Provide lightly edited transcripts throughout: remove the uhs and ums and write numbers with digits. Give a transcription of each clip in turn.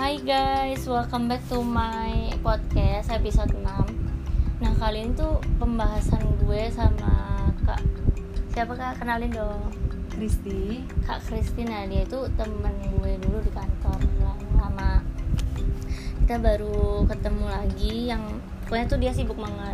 Hai guys, welcome back to my podcast episode 6. Nah kali ini tuh pembahasan gue sama Kak. Siapa Kak? Kenalin dong. Kristi. Kak Kristi, nah dia itu temen gue dulu di kantor lama. Kita baru ketemu lagi, yang pokoknya tuh dia sibuk banget.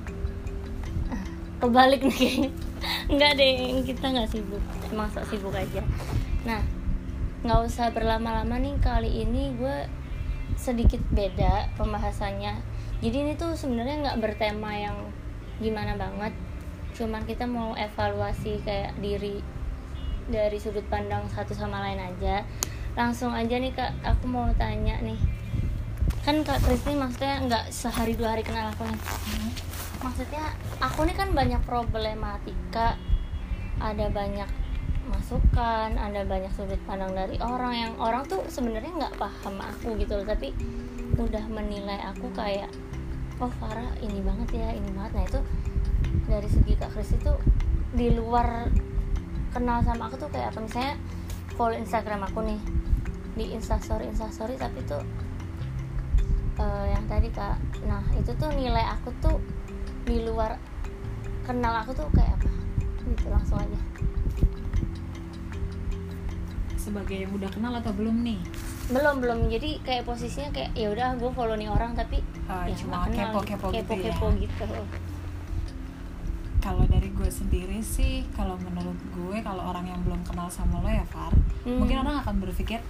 Kebalik nih kayaknya. Enggak deh, kita gak sibuk, emang sok sibuk aja. Nah, gak usah berlama-lama nih, kali ini gue sedikit beda pembahasannya. Jadi ini tuh sebenarnya gak bertema yang gimana banget, cuman kita mau evaluasi kayak diri dari sudut pandang satu sama lain aja. Langsung aja nih Kak, aku mau tanya nih. Kan Kak Kristi maksudnya gak sehari dua hari kenal aku nih. Maksudnya aku nih kan banyak problematika, ada banyak masukan, ada banyak sudut pandang dari orang yang orang tuh sebenarnya nggak paham aku gitu loh, tapi udah menilai aku kayak oh Farah ini banget ya, ini banget. Nah itu dari segi Kak Kristi tuh di luar kenal sama aku tuh kayak apa, misalnya follow Instagram aku nih di instastory tapi tuh yang tadi Kak, nah itu tuh nilai aku tuh di luar kenal aku tuh kayak apa gitu. Langsung aja, Sebagai yang udah kenal atau belum nih? belum jadi kayak posisinya kayak ya udah gue follow nih orang tapi ya cuma kepo gitu ya. Gitu. Kalau dari gue sendiri sih, kalau menurut gue kalau orang yang belum kenal sama lo ya Far, mungkin orang akan berpikir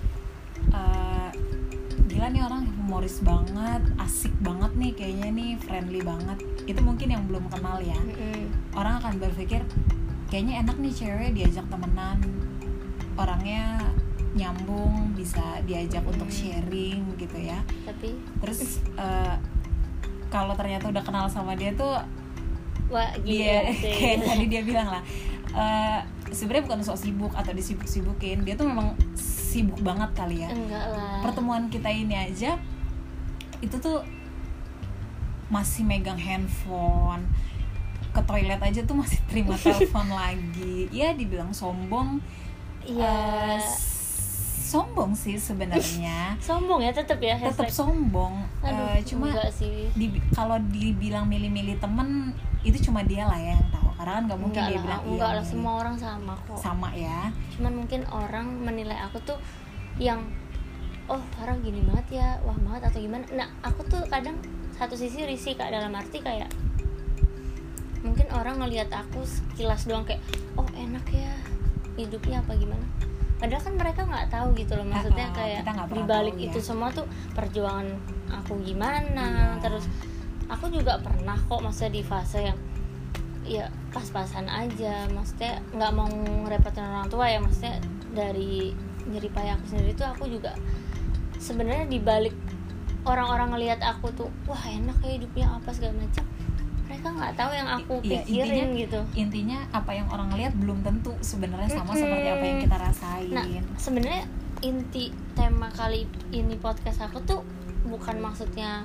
gila nih orang humoris banget, asik banget nih kayaknya nih, friendly banget. Itu mungkin yang belum kenal ya. Orang akan berpikir kayaknya enak nih cewek diajak temenan, orangnya nyambung, bisa diajak untuk sharing gitu ya. Tapi terus kalau ternyata udah kenal sama dia tuh wah dia sih. kayak tadi dia bilang lah, sebenarnya bukan sok sibuk atau disibuk-sibukin, dia tuh memang sibuk banget kali ya. Enggak lah. Pertemuan kita ini aja itu tuh masih megang handphone, ke toilet aja tuh masih terima telepon lagi. Ya dibilang sombong. Iya. Sombong sih sebenarnya. Sombong ya tetap ya. Tetap sombong. Cuma kalau dibilang milih-milih temen itu cuma dia lah ya yang tahu. Karena kan nggak mungkin dia bilang iya. Enggak lah, semua orang sama kok. Sama ya. Cuman mungkin orang menilai aku tuh yang oh Farah gini banget ya, wah banget atau gimana. Nah aku tuh kadang satu sisi risih Kak, dalam arti kayak mungkin orang ngelihat aku sekilas doang kayak oh enak ya hidupnya apa gimana. Padahal kan mereka nggak tahu gitu loh, maksudnya kayak dibalik itu ya. Semua tuh perjuangan aku gimana. Terus aku juga pernah kok maksudnya di fase yang ya pas-pasan aja, maksudnya nggak mau ngerepotin orang tua ya, maksudnya dari nyeri payah aku sendiri tuh aku juga sebenarnya dibalik orang-orang ngelihat aku tuh wah enak ya hidupnya apa segala macam, mereka nggak tahu yang aku pikirin intinya apa yang orang lihat belum tentu sebenarnya sama seperti apa yang kita rasain. Nah sebenarnya inti tema kali ini podcast aku tuh bukan maksudnya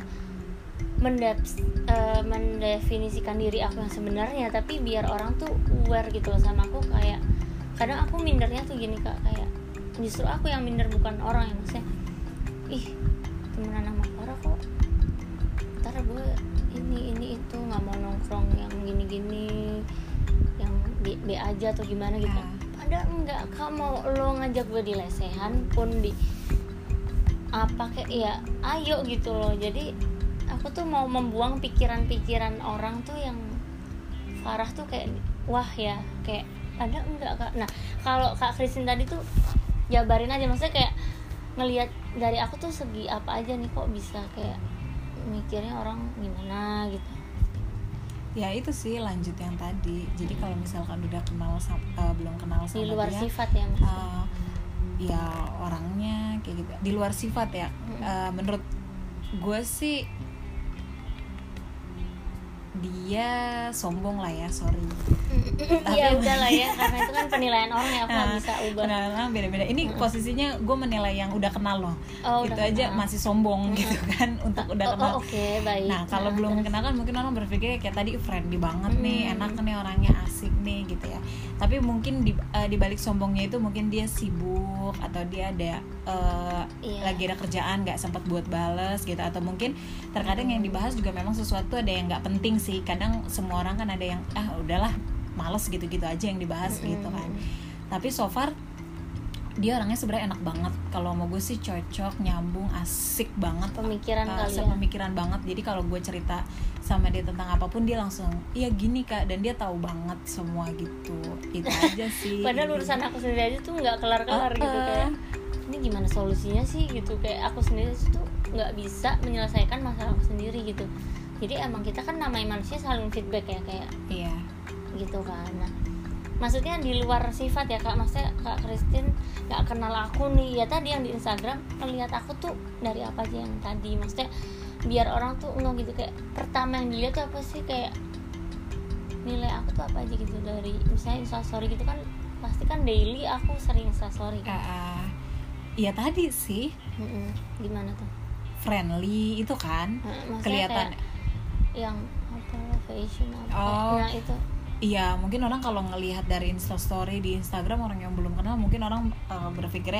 mendefinisikan diri aku yang sebenarnya, tapi biar orang tuh aware gitu loh sama aku. Kayak kadang aku mindernya tuh gini Kak, kayak justru aku yang minder bukan orang yang maksudnya ih temenan sama Farah kok ntar gue ini itu nggak mau nongkrong yang gini-gini yang B aja atau gimana gitu. Padahal enggak, kamu lo ngajak gue di lesehan pun di apa kayak ya ayo gitu loh. Jadi aku tuh mau membuang pikiran-pikiran orang tuh yang Farah tuh kayak wah ya kayak ada enggak Kak. Nah kalau Kak Kristin tadi tuh jabarin aja, maksudnya kayak ngelihat dari aku tuh segi apa aja nih kok bisa kayak mikirnya orang gimana gitu. Ya itu sih lanjut yang tadi. Jadi kalau misalkan udah kenal belum kenal sama di luar dia, sifat ya ya orangnya kayak gitu di luar sifat ya. Menurut gue sih dia sombong lah ya, sorry. Ya udahlah ya, karena itu kan penilaian orang ya, aku nggak bisa ubah. Penilaian beda-beda. Ini posisinya gue menilai yang udah kenal loh. Itu udah aja kenal. masih sombong gitu kan untuk udah kenal. Oke, baik. Nah kalau belum kenal kan mungkin orang berpikir kayak tadi friendly banget nih, enak nih orangnya, asik nih gitu ya. Tapi mungkin di balik sombongnya itu mungkin dia sibuk atau dia ada lagi ada kerjaan nggak sempat buat bales gitu, atau mungkin terkadang yang dibahas juga memang sesuatu ada yang nggak penting sih. Kadang semua orang kan ada yang udahlah males gitu-gitu aja yang dibahas gitu kan. Tapi so far dia orangnya sebenarnya enak banget. Kalau mau gue sih cocok, nyambung, asik banget. Pemikiran kali ya. Pemikiran banget. Jadi kalau gue cerita sama dia tentang apapun dia langsung iya gini kak, dan dia tahu banget semua gitu. Itu aja sih. Padahal urusan aku sendiri aja tuh nggak kelar-kelar gitu kayak ini gimana solusinya sih gitu, kayak aku sendiri tuh nggak bisa menyelesaikan masalah aku sendiri gitu. Jadi emang kita kan namanya manusia saling feedback ya kayak iya gitu kan. Nah, maksudnya di luar sifat ya kak, maksudnya kak Christine nggak kenal aku nih ya, tadi yang di Instagram melihat aku tuh dari apa aja yang tadi, maksudnya biar orang tuh enggak gitu kayak pertama yang dilihat tuh apa sih, kayak nilai aku tuh apa aja gitu. Dari misalnya instastory gitu kan, pasti kan daily aku sering instastory kan. Iya tadi sih Gimana tuh friendly itu kan kelihatan yang apa fashion apa nah itu. Iya, mungkin orang kalau ngelihat dari instastory di Instagram orang yang belum kenal, mungkin orang berpikirnya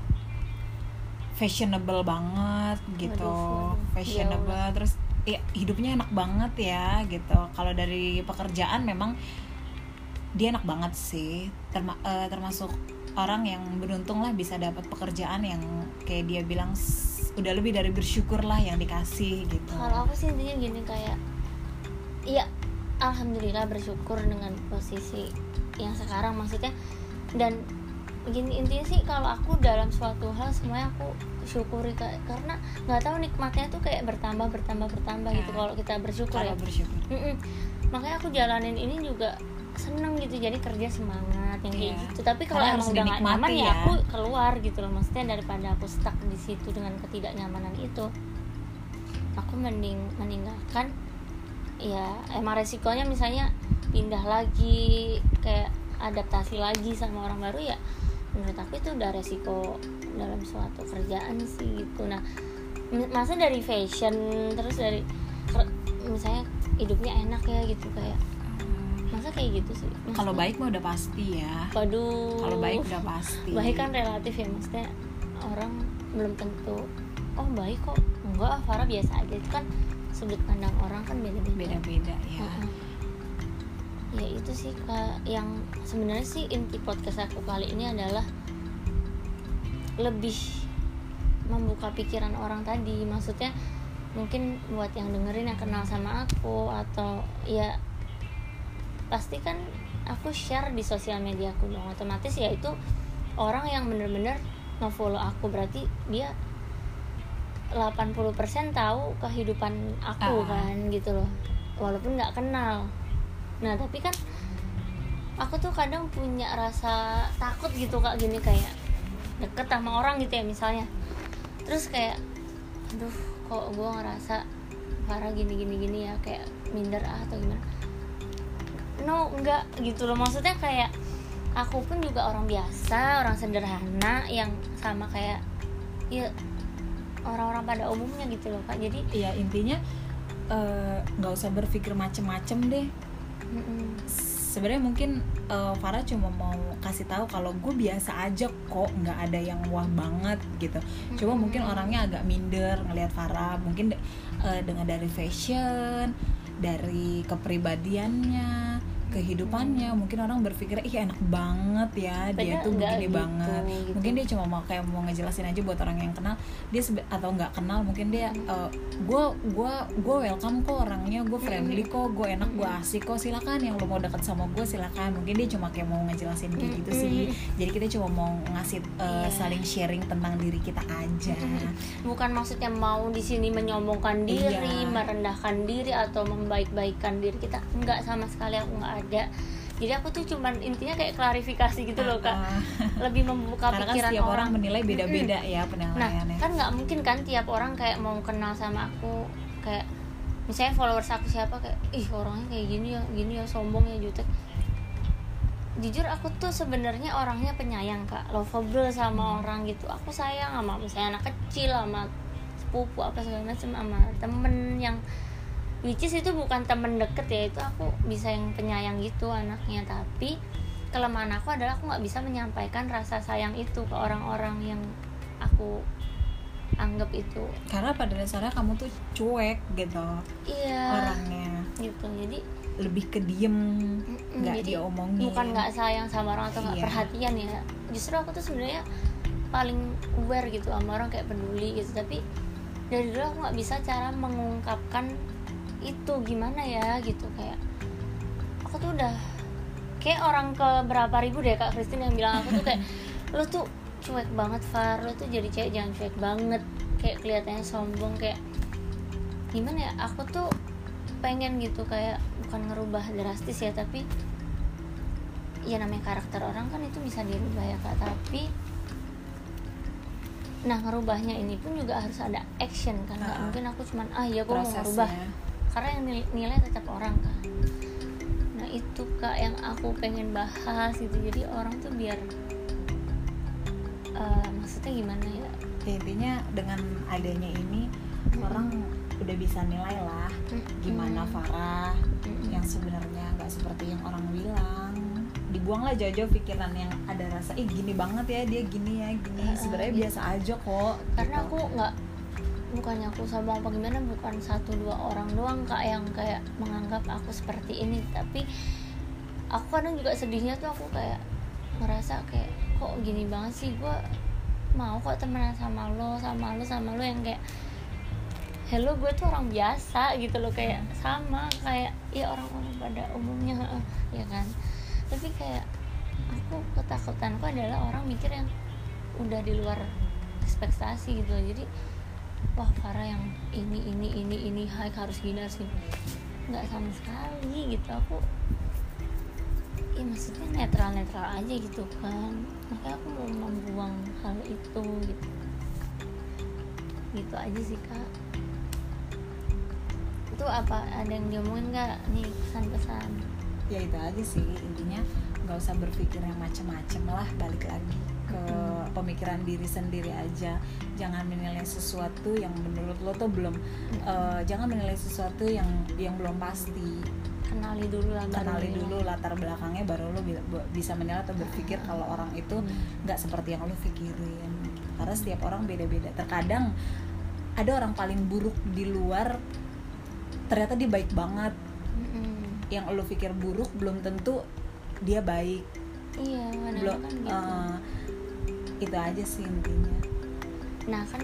fashionable banget gitu. Fashionable, terus ya, hidupnya enak banget ya gitu. Kalau dari pekerjaan memang dia enak banget sih. Termasuk orang yang beruntung lah bisa dapat pekerjaan yang kayak dia bilang udah lebih dari bersyukur lah yang dikasih gitu. Kalau aku sih intinya gini, kayak iya alhamdulillah bersyukur dengan posisi yang sekarang, maksudnya. Dan gini intinya sih, kalau aku dalam suatu hal semuanya aku syukuri karena nggak tahu nikmatnya tuh kayak bertambah gitu kalau kita bersyukur ya. Makanya aku jalanin ini juga seneng gitu, jadi kerja semangat yang kayak gitu. Tapi kalau emang udah nggak nyaman ya aku keluar gitu loh, maksudnya daripada aku stuck di situ dengan ketidaknyamanan itu, aku mending meninggalkan. Ya emang resikonya misalnya pindah lagi, kayak adaptasi lagi sama orang baru, ya menurut aku itu udah resiko dalam suatu kerjaan sih gitu. Nah masa dari fashion terus dari misalnya hidupnya enak ya gitu, kayak masa kayak gitu sih. Kalau baik mah udah pasti ya. Waduh, kalau baik udah pasti. Baik kan relatif ya, maksudnya orang belum tentu baik kok, enggak Farah biasa aja. Itu kan sudut pandang orang kan beda-beda ya. Ya itu sih Kak, yang sebenarnya sih inti podcast aku kali ini adalah lebih membuka pikiran orang tadi. Maksudnya mungkin buat yang dengerin yang kenal sama aku, atau ya pasti kan aku share di sosial media aku dong, otomatis ya itu orang yang bener-bener nge-follow aku, berarti dia 80% tahu kehidupan aku kan gitu loh, walaupun nggak kenal. Nah tapi kan aku tuh kadang punya rasa takut gitu Kak, gini kayak deket sama orang gitu ya misalnya, terus kayak aduh kok gue ngerasa Farah gini ya, kayak minder atau gimana. No, enggak gitu loh, maksudnya kayak aku pun juga orang biasa, orang sederhana yang sama kayak ya orang-orang pada umumnya gitu loh Kak. Jadi ya intinya nggak usah berpikir macem-macem deh. Sebenarnya mungkin Farah cuma mau kasih tahu kalau gue biasa aja kok, nggak ada yang wah banget gitu. Cuma mungkin orangnya agak minder ngelihat Farah, mungkin dengan dari fashion, dari kepribadiannya, kehidupannya, mungkin orang berpikir ih enak banget ya dia tuh begini gitu, banget gitu. Mungkin dia cuma mau kayak mau ngejelasin aja buat orang yang kenal dia atau nggak kenal, mungkin dia gue welcome kok orangnya, gue friendly kok, gue enak, gue asik kok, silakan yang lo mau deket sama gue silakan. Mungkin dia cuma kayak mau ngejelasin kayak gitu sih. Jadi kita cuma mau ngasih saling sharing tentang diri kita aja. Bukan maksudnya mau di sini menyombongkan diri, merendahkan diri atau membaik-baikkan diri kita, enggak sama sekali, aku enggak ada. Jadi aku tuh cuman intinya kayak klarifikasi gitu loh Kak, lebih membuka karena pikiran kan setiap orang menilai beda-beda ya penilaiannya. Nah kan nggak mungkin kan tiap orang kayak mau kenal sama aku, kayak misalnya followers aku siapa kayak ih orangnya kayak gini ya sombong ya jutek. jujur aku tuh sebenarnya orangnya penyayang Kak, lovable sama orang gitu. Aku sayang sama misalnya anak kecil, sama sepupu apa segala macam, sama temen yang which is itu bukan temen deket ya, itu aku bisa yang penyayang gitu anaknya. Tapi kelemahan aku adalah aku nggak bisa menyampaikan rasa sayang itu ke orang-orang yang aku anggap itu, karena pada dasarnya kamu tuh cuek gitu. iya orangnya gitu. Jadi lebih ke diem, nggak jadi diomongin. bukan nggak sayang sama orang atau nggak Iya. perhatian ya, justru aku tuh sebenarnya paling aware gitu sama orang, kayak peduli gitu. Tapi dari dulu aku nggak bisa cara mengungkapkan itu gimana ya gitu. Kayak aku tuh udah kayak orang ke berapa ribu deh Kak Christine yang bilang aku tuh kayak lo tuh cuek banget Far, lo tuh jadi cewek jangan cuek banget, kayak kelihatannya sombong, kayak gimana ya. Aku tuh pengen gitu, kayak bukan ngerubah drastis ya, tapi ya namanya karakter orang kan itu bisa dirubah ya Kak. Tapi nah ngerubahnya ini pun juga harus ada action kan, nggak mungkin aku cuman ya gue mau ngerubah, karena yang nilai tetap orang kan. Nah itu Kak yang aku pengen bahas gitu. Jadi orang tuh biar maksudnya gimana ya, intinya dengan adanya ini orang udah bisa nilai lah gimana Farah yang sebenarnya nggak seperti yang orang bilang. Dibuanglah jauh-jauh pikiran yang ada rasa gini banget ya dia, gini ya gini, sebenarnya biasa aja kok. Karena gitu. aku nggak, bukannya aku sombong apa gimana, bukan 1-2 orang doang Kak yang kayak menganggap aku seperti ini. Tapi aku kadang juga sedihnya tuh aku kayak ngerasa kayak kok gini banget sih, gue mau kok temenan sama lo yang kayak hello gue tuh orang biasa gitu loh, kayak sama kayak ya orang-orang pada umumnya ya kan. Tapi kayak aku ketakutanku adalah orang mikir yang udah di luar ekspektasi gitu. Jadi wah Farah yang ini hai harus gini nggak sama sekali gitu. Aku ya maksudnya netral aja gitu kan, makanya aku mau membuang hal itu gitu aja sih Kak. Itu apa ada yang diomongin nggak nih pesan-pesan? Ya itu aja sih intinya, nggak usah berpikir yang macem-macem lah, balik lagi ke pemikiran diri sendiri aja. Jangan menilai sesuatu yang menurut lo tuh belum jangan menilai sesuatu yang belum pasti. Kenali dulu latar belakangnya, baru lo bisa menilai atau berpikir kalau orang itu nggak seperti yang lo pikirin. Karena setiap orang beda-beda. Terkadang ada orang paling buruk di luar, ternyata dia baik banget. Yang lo pikir buruk belum tentu dia baik. Iya, belum kan gitu. Itu aja sih intinya. Nah kan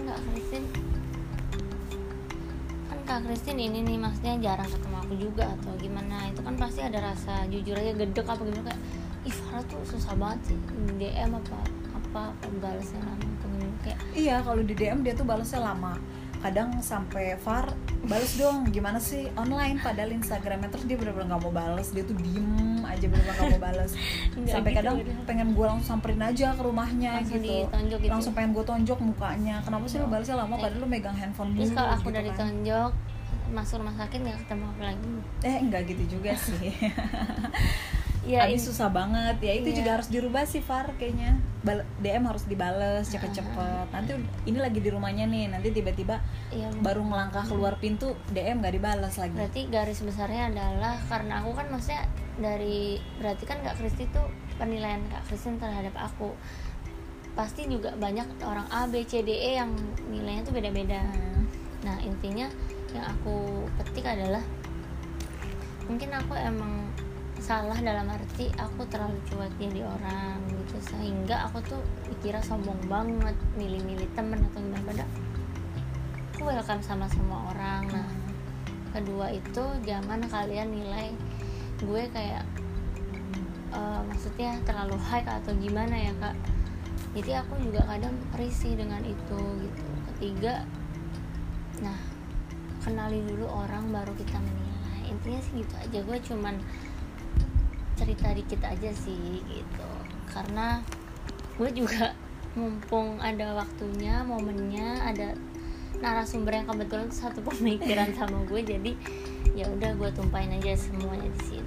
Kak Christine ini nih maksudnya jarang ketemu aku juga atau gimana, itu kan pasti ada rasa jujur aja gedek apa gimana, kayak ih Farah tuh susah banget sih DM apa balasnya lama atau gimana, kayak iya kalau di DM dia tuh balasnya lama, kadang sampai Far balas dong gimana sih online, padahal Instagramnya terus dia bener-bener nggak mau balas, dia tuh diem aja bener-bener nggak mau balas. Sampai gitu, kadang pengen gue langsung samperin aja ke rumahnya langsung gitu, langsung pengen gue tonjok mukanya, kenapa sih lo balasnya lama padahal lo megang handphone dulu. Terus kalau aku gitu udah ditonjok masuk rumah sakit nggak ketemu apa lagi? Enggak gitu juga sih. Ya, ini susah banget ya, itu juga harus dirubah sih Far kayaknya. DM harus dibales cepet-cepet. Nanti ini lagi di rumahnya nih, nanti tiba-tiba baru ngelangkah keluar pintu DM nggak dibalas lagi. Berarti garis besarnya adalah karena aku kan maksudnya berarti kan Kak Kristi tuh penilaian Kak Kristi terhadap aku pasti juga banyak orang A, B, C, D, E yang nilainya tuh beda-beda. Nah intinya yang aku petik adalah mungkin aku emang salah dalam arti aku terlalu cuek jadi orang gitu, sehingga aku tuh dikira sombong banget milih-milih temen atau gimana, padahal aku welcome sama semua orang. Nah kedua itu jangan kalian nilai gue kayak maksudnya terlalu high atau gimana ya Kak. Jadi aku juga kadang risih dengan itu gitu. Ketiga, nah kenali dulu orang baru kita menilai. Intinya sih gitu aja, gue cuman cerita dikit aja sih gitu, karena gue juga mumpung ada waktunya, momennya, ada narasumber yang kebetulan satu pemikiran sama gue, jadi ya udah gue tumpahin aja semuanya di sini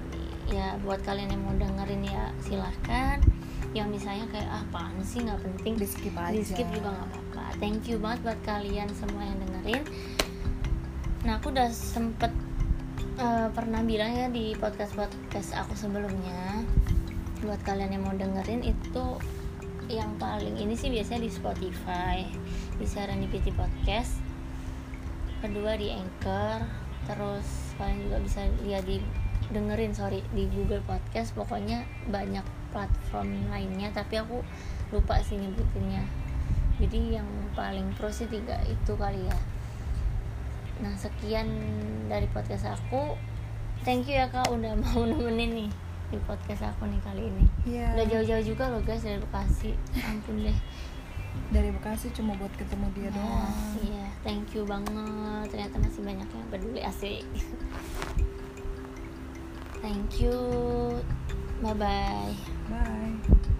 ya buat kalian yang mau dengerin ya silahkan, yang misalnya kayak apaan sih nggak penting di skip aja, di skip juga nggak apa-apa. Thank you banget buat kalian semua yang dengerin. Nah aku udah sempet pernah bilang ya di podcast aku sebelumnya, buat kalian yang mau dengerin itu yang paling ini sih biasanya di Spotify, di Serendipity Podcast, kedua di Anchor, terus kalian juga bisa lihat di Google Podcast. Pokoknya banyak platform lainnya tapi aku lupa sih nyebutinnya, jadi yang paling pro sih 3 itu kali ya. Nah sekian dari podcast aku, thank you ya Kak udah mau nemenin nih di podcast aku nih kali ini. Udah jauh-jauh juga loh guys dari Bekasi, ampun deh, dari Bekasi cuma buat ketemu dia doang. Iya, thank you banget, ternyata masih banyak yang peduli, asik. Thank you, bye.